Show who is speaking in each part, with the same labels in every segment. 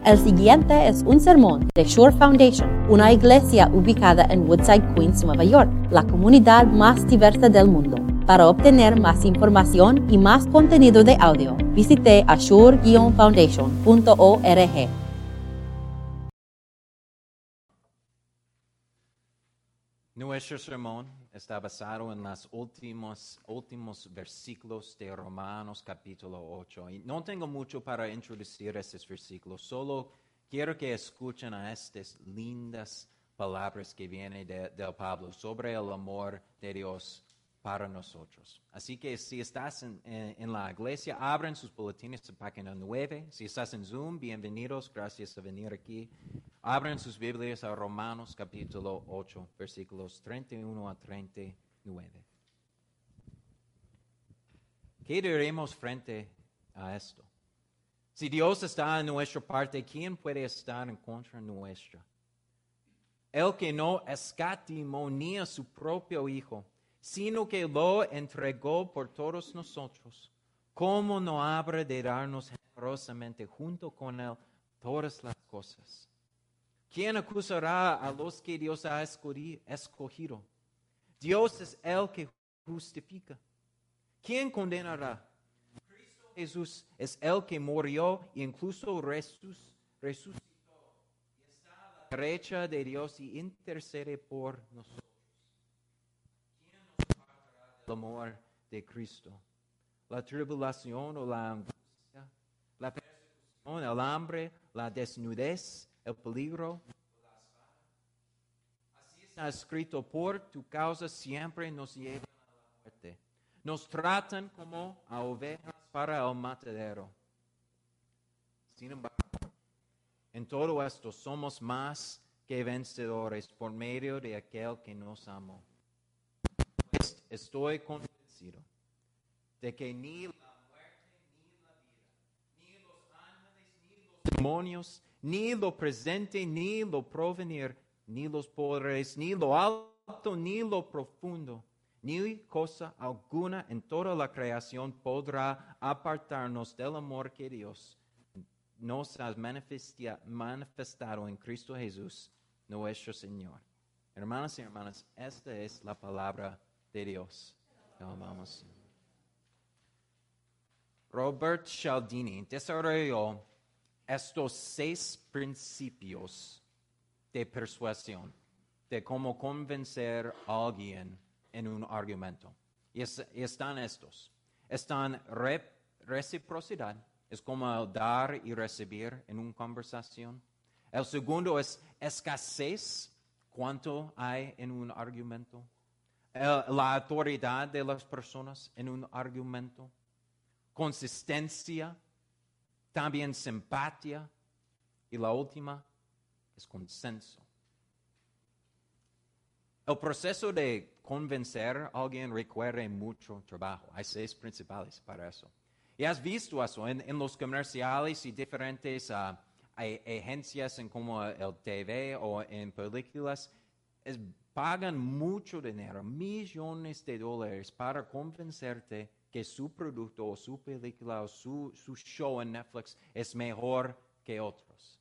Speaker 1: El siguiente es un sermón de Shore Foundation, una iglesia ubicada en Woodside, Queens, Nueva York, la comunidad más diversa del mundo. Para obtener más información y más contenido de audio, visite ashore-foundation.org.
Speaker 2: Nuestro sermón está basado en los últimos versículos de Romanos capítulo 8. Y no tengo mucho para introducir estos versículos, solo quiero que escuchen a estas lindas palabras que vienen del Pablo sobre el amor de Dios para nosotros. Así que si estás en la iglesia, abran sus boletines a página 9. Si estás en Zoom, bienvenidos, gracias por venir aquí. Abran sus Biblias a Romanos capítulo 8, versículos 31 a 39. ¿Qué diremos frente a esto? Si Dios está en nuestra parte, ¿quién puede estar en contra nuestra? El que no escatimó ni a su propio Hijo, sino que lo entregó por todos nosotros, ¿cómo no habrá de darnos generosamente junto con Él todas las cosas? ¿Quién acusará a los que Dios ha escogido? Dios es el que justifica. ¿Quién condenará? Cristo Jesús es el que murió e incluso resucitó. Y está a la derecha de Dios y intercede por nosotros. ¿Quién nos apartará del amor de Cristo? ¿La tribulación o la angustia? ¿La persecución, el hambre, la desnudez, el peligro? Está escrito, por tu causa siempre nos llevan a la muerte. Nos tratan como a ovejas para el matadero. Sin embargo, en todo esto somos más que vencedores por medio de aquel que nos amó. Pues estoy convencido de que ni la muerte, ni la vida, ni los ángeles, ni los demonios, ni lo presente, ni lo porvenir, ni los poderes, ni lo alto, ni lo profundo, ni cosa alguna en toda la creación podrá apartarnos del amor que Dios nos ha manifestado en Cristo Jesús, nuestro Señor. Hermanas y hermanas, esta es la palabra de Dios. Vamos. Robert Cialdini desarrolló estos 6 principios de persuasión, de cómo convencer a alguien en un argumento. Y están estos. Están reciprocidad, es como el dar y recibir en una conversación. El segundo es escasez, cuánto hay en un argumento. La autoridad de las personas en un argumento. Consistencia, también simpatía. Y la última es consenso. El proceso de convencer a alguien requiere mucho trabajo. Hay 6 principales para eso. Y has visto eso en los comerciales y diferentes agencias en como el TV o en películas. Pagan mucho dinero, millones de dólares para convencerte que su producto o su película o su show en Netflix es mejor que otros.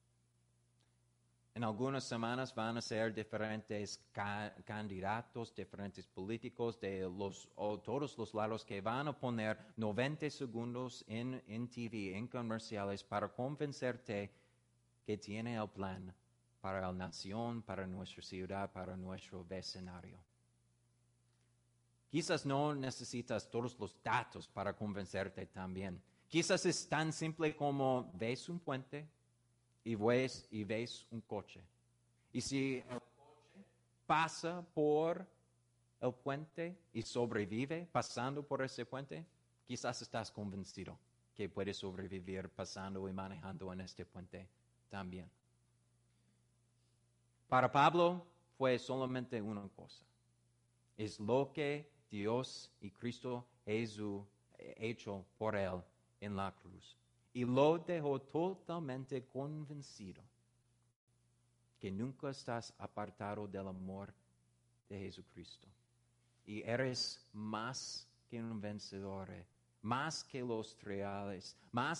Speaker 2: En algunas semanas van a ser diferentes candidatos, diferentes políticos de todos los lados que van a poner 90 segundos en TV, en comerciales, para convencerte que tiene el plan para la nación, para nuestra ciudad, para nuestro vecindario. Quizás no necesitas todos los datos para convencerte también. Quizás es tan simple como ves un puente y ves un coche. Y si el coche pasa por el puente y sobrevive pasando por ese puente, quizás estás convencido que puedes sobrevivir pasando y manejando en este puente también. Para Pablo fue solamente una cosa. Es lo que Dios y Cristo Jesús hecho por él en la cruz. Y lo dejó totalmente convencido que nunca estás apartado del amor de Jesucristo. Y eres más que un vencedor, más que los triales, más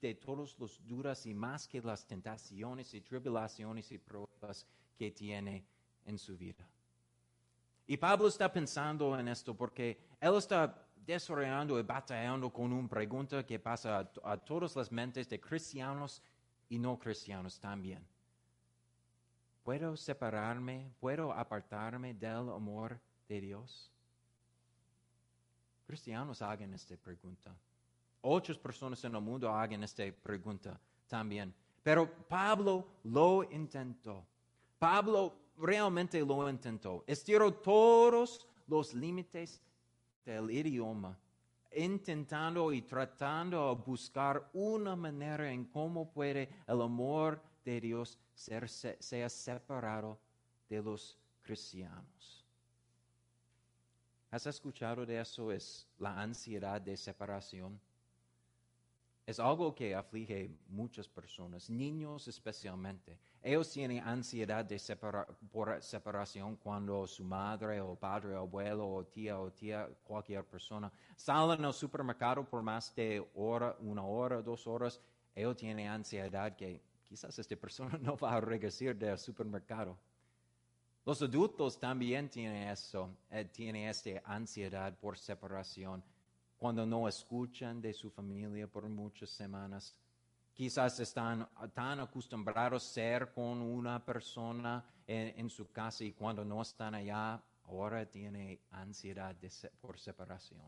Speaker 2: de todos los dudas y más que las tentaciones y tribulaciones y pruebas que tiene en su vida. Y Pablo está pensando en esto porque él está desarrollando y batallando con una pregunta que pasa a todas las mentes de cristianos y no cristianos también. ¿Puedo separarme, puedo apartarme del amor de Dios? Cristianos hagan esta pregunta. Otras personas en el mundo hagan esta pregunta también. Pero Pablo lo intentó. Pablo realmente lo intentó. Estiró todos los límites del idioma, intentando y tratando de buscar una manera en cómo puede el amor de Dios ser separado de los cristianos. ¿Has escuchado de eso? Es la ansiedad de separación. Es algo que aflige muchas personas, niños especialmente. Ellos tienen ansiedad por separación cuando su madre o padre o abuelo o tía, cualquier persona, salen al supermercado por más de una hora, 2 horas. Ellos tienen ansiedad que quizás esta persona no va a regresar del supermercado. Los adultos también tienen eso, tienen esta ansiedad por separación. Cuando no escuchan de su familia por muchas semanas, quizás están tan acostumbrados a ser con una persona en su casa y cuando no están allá, ahora tienen ansiedad por separación.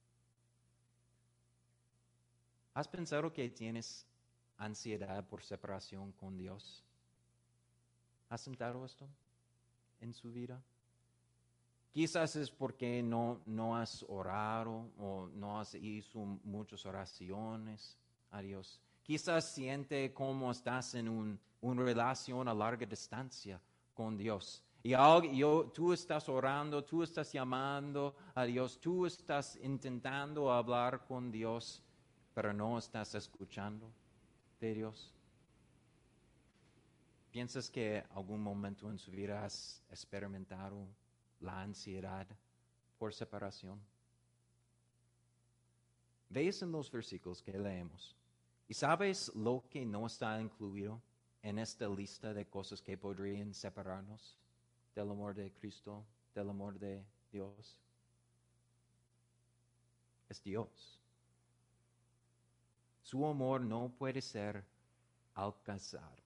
Speaker 2: ¿Has pensado que tienes ansiedad por separación con Dios? ¿Has sentido esto en su vida? Quizás es porque no has orado o no has hecho muchas oraciones a Dios. Quizás siente como estás en una relación a larga distancia con Dios. Y tú estás orando, tú estás llamando a Dios, tú estás intentando hablar con Dios, pero no estás escuchando de Dios. ¿Piensas que algún momento en su vida has experimentado la ansiedad por separación? Ves en los versículos que leemos. ¿Y sabes lo que no está incluido en esta lista de cosas que podrían separarnos del amor de Cristo, del amor de Dios? Es Dios. Su amor no puede ser alcanzado.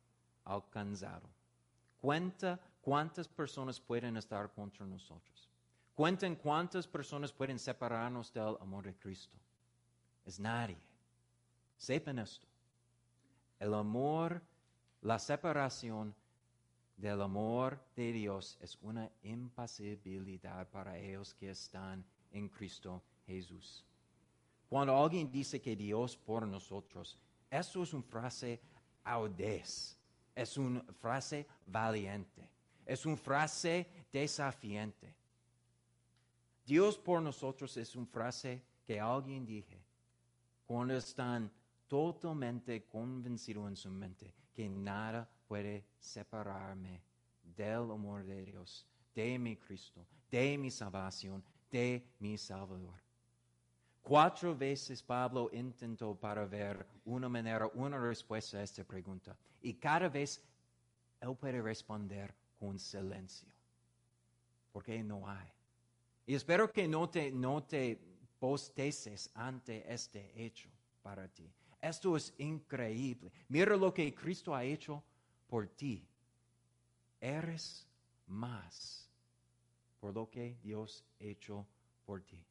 Speaker 2: ¿Cuántas personas pueden estar contra nosotros? Cuenten cuántas personas pueden separarnos del amor de Cristo. Es nadie. Sepan esto. El amor, la separación del amor de Dios es una imposibilidad para ellos que están en Cristo Jesús. Cuando alguien dice que Dios por nosotros, eso es una frase audaz. Es una frase valiente. Es una frase desafiante. Dios por nosotros es una frase que alguien dije cuando están totalmente convencidos en su mente que nada puede separarme del amor de Dios, de mi Cristo, de mi salvación, de mi Salvador. 4 veces Pablo intentó para ver una respuesta a esta pregunta. Y cada vez él puede responder con silencio. Porque no hay. Y espero que no te posteces ante este hecho para ti. Esto es increíble. Mira lo que Cristo ha hecho por ti. Eres más por lo que Dios ha hecho por ti.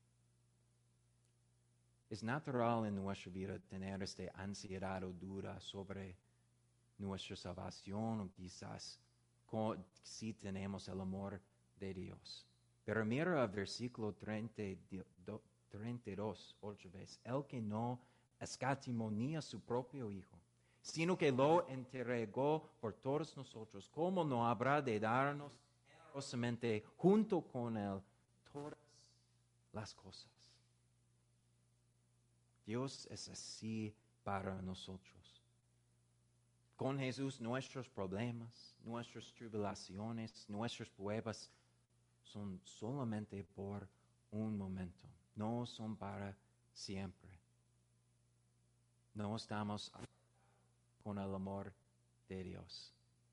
Speaker 2: Es natural en nuestra vida tener esta ansiedad o duda sobre nuestra salvación o quizás si tenemos el amor de Dios. Pero mira el versículo 32 otra vez. El que no escatimó ni a su propio Hijo, sino que lo entregó por todos nosotros, ¿cómo no habrá de darnos generosamente junto con Él todas las cosas? Dios es así para nosotros. Con Jesús nuestros problemas, nuestras tribulaciones, nuestras pruebas son solamente por un momento, no son para siempre. no estamos con el amor de Dios.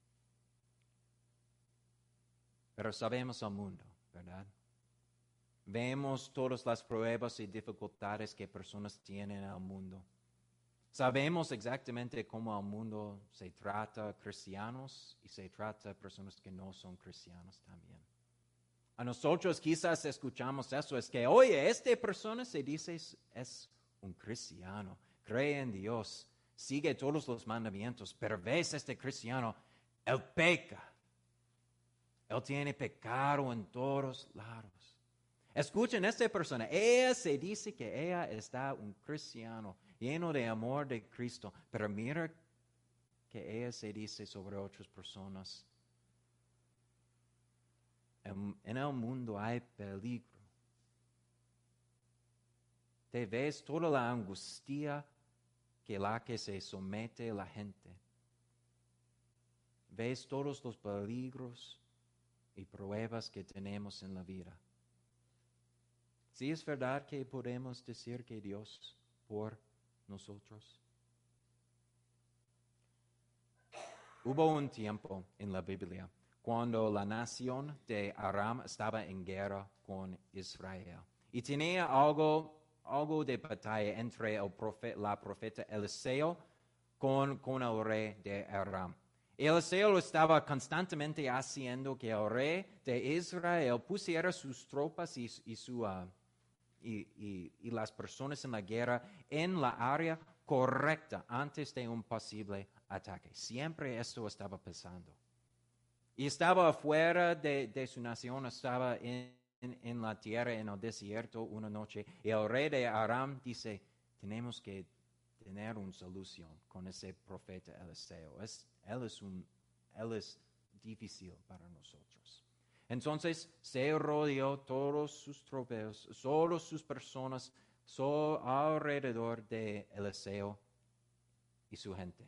Speaker 2: Pero sabemos el mundo, ¿verdad? Vemos todas las pruebas y dificultades que personas tienen en el mundo. Sabemos exactamente cómo el mundo se trata a cristianos y se trata a personas que no son cristianos también. A nosotros quizás escuchamos eso, es que, oye, esta persona se dice es un cristiano, cree en Dios, sigue todos los mandamientos, pero ves este cristiano, él peca. Él tiene pecado en todos lados. Escuchen, esta persona, ella se dice que ella está un cristiano, lleno de amor de Cristo, pero mira que ella se dice sobre otras personas. En el mundo hay peligro. Te ves toda la angustia que se somete la gente. Ves todos los peligros y pruebas que tenemos en la vida. ¿Sí es verdad que podemos decir que Dios por nosotros? Hubo un tiempo en la Biblia cuando la nación de Aram estaba en guerra con Israel y tenía algo de batalla entre la profeta Eliseo con el rey de Aram. Eliseo estaba constantemente haciendo que el rey de Israel pusiera sus tropas y las personas en la guerra en la área correcta antes de un posible ataque. Siempre esto estaba pasando. Y estaba afuera de su nación, estaba en la tierra, en el desierto una noche. Y el rey de Aram dice, tenemos que tener una solución con ese profeta Eliseo. Él es difícil para nosotros. Entonces se rodeó todos sus tropas, todas sus personas alrededor de Eliseo y su gente.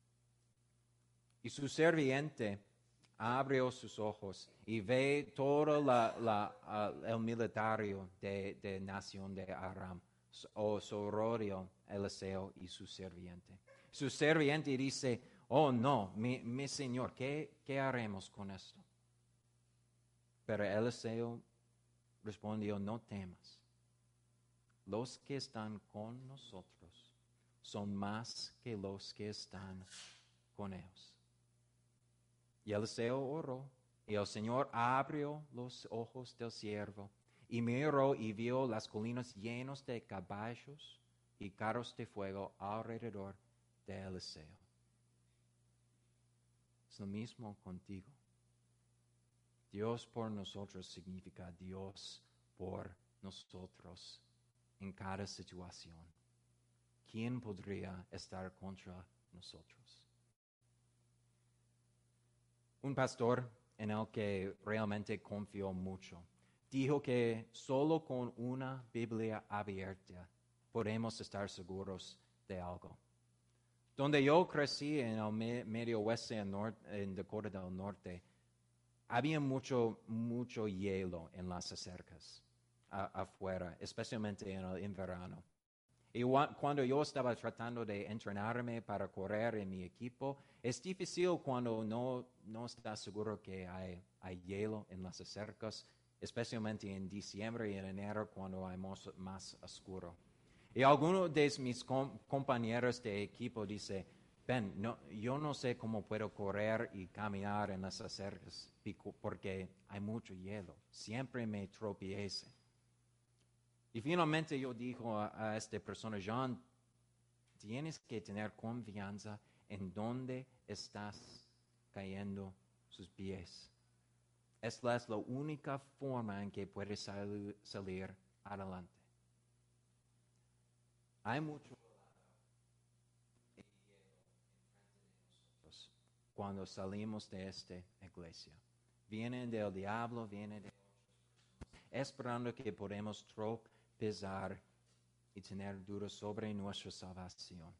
Speaker 2: Y su sirviente abrió sus ojos y ve todo el militario de nación de Aram. So rodeó Eliseo y su sirviente. Su sirviente dice, oh no, mi señor, ¿qué haremos con esto? Pero Eliseo respondió, no temas. Los que están con nosotros son más que los que están con ellos. Y Eliseo oró, y el Señor abrió los ojos del siervo, y miró y vio las colinas llenas de caballos y carros de fuego alrededor de Eliseo. Es lo mismo contigo. Dios por nosotros significa Dios por nosotros en cada situación. ¿Quién podría estar contra nosotros? Un pastor en el que realmente confió mucho dijo que solo con una Biblia abierta podemos estar seguros de algo. Donde yo crecí en el medio oeste en Dakota del Norte, había mucho hielo en las acercas afuera, especialmente en el verano. Y cuando yo estaba tratando de entrenarme para correr en mi equipo, es difícil cuando no estás seguro que hay hielo en las acercas, especialmente en diciembre y en enero cuando hay más oscuro. Y algunos de mis compañeros de equipo dicen, Ben, yo no sé cómo puedo correr y caminar en las acercas porque hay mucho hielo. Siempre me tropiece. Y finalmente yo digo a esta persona, John, tienes que tener confianza en dónde estás cayendo sus pies. Esta es la única forma en que puedes salir adelante. Hay mucho cuando salimos de esta iglesia. Vienen del diablo, vienen de esperando que podemos tropezar y tener dudas sobre nuestra salvación.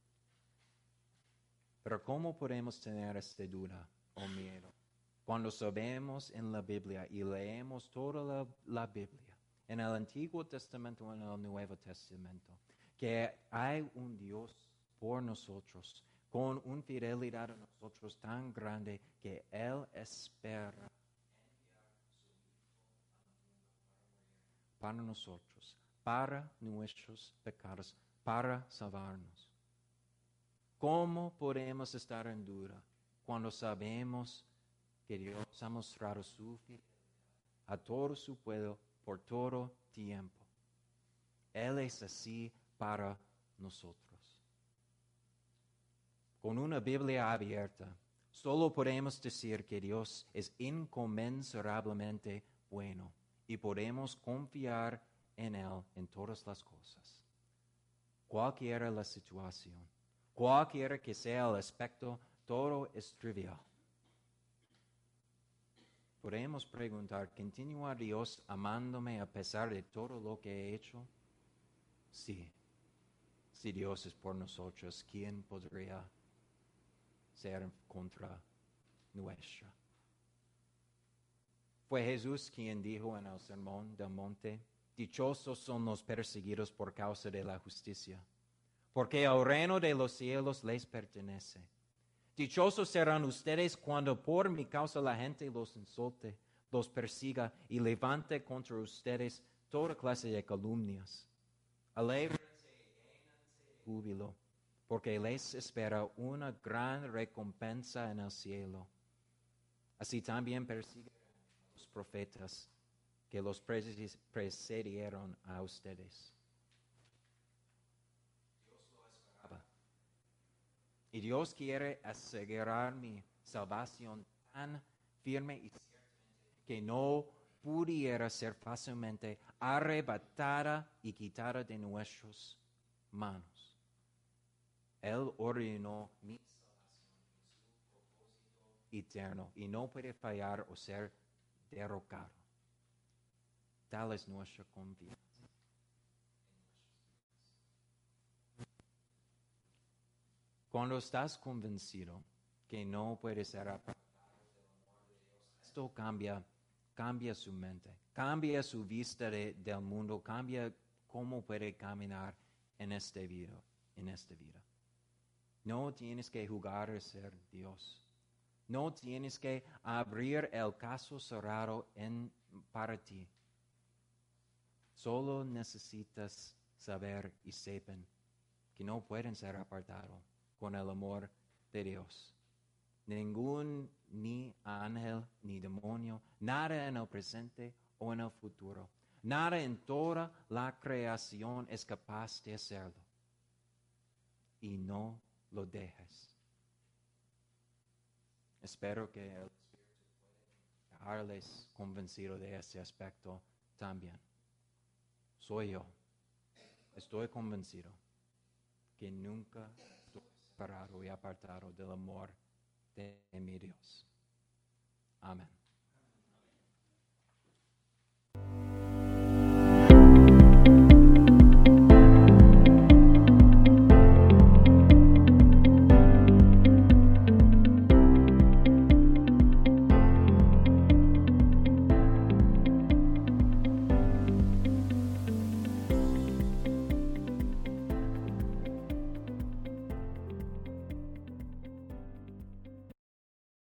Speaker 2: Pero ¿cómo podemos tener esta duda o miedo? Cuando sabemos en la Biblia y leemos toda la Biblia, en el Antiguo Testamento y en el Nuevo Testamento, que hay un Dios por nosotros, con una fidelidad a nosotros tan grande que Él espera para nosotros, para nuestros pecados, para salvarnos. ¿Cómo podemos estar en duda cuando sabemos que Dios ha mostrado su fidelidad a todo su pueblo por todo tiempo? Él es así para nosotros. Con una Biblia abierta, solo podemos decir que Dios es inconmensurablemente bueno y podemos confiar en Él en todas las cosas. Cualquiera la situación, cualquiera que sea el aspecto, todo es trivial. Podemos preguntar, ¿continúa Dios amándome a pesar de todo lo que he hecho? Sí. Si Dios es por nosotros, ¿quién podría ser contra nuestra? Fue Jesús quien dijo en el Sermón del Monte, dichosos son los perseguidos por causa de la justicia, porque el reino de los cielos les pertenece. Dichosos serán ustedes cuando por mi causa la gente los insulte, los persiga y levante contra ustedes toda clase de calumnias. Alégrense y júbilo, porque les espera una gran recompensa en el cielo. Así también persiguen a los profetas que los precedieron a ustedes. Y Dios quiere asegurar mi salvación tan firme y ciertamente que no pudiera ser fácilmente arrebatada y quitada de nuestras manos. Él ordenó mi salvación en su propósito eterno y no puede fallar o ser derrocado. Tal es nuestra confianza. Cuando estás convencido que no puedes ser apartado del amor de Dios, esto cambia su mente, cambia su vista del mundo, cambia cómo puede caminar en esta vida. No tienes que jugar a ser Dios. No tienes que abrir el caso cerrado para ti. Solo necesitas saber y sepan que no pueden ser apartados con el amor de Dios. Ningún ni ángel ni demonio, nada en el presente o en el futuro, nada en toda la creación es capaz de hacerlo. Y no lo dejes. Espero que el Espíritu pueda dejarles convencido de ese aspecto también. Soy yo. Estoy convencido que nunca estoy separado y apartado del amor de mi Dios. Amén.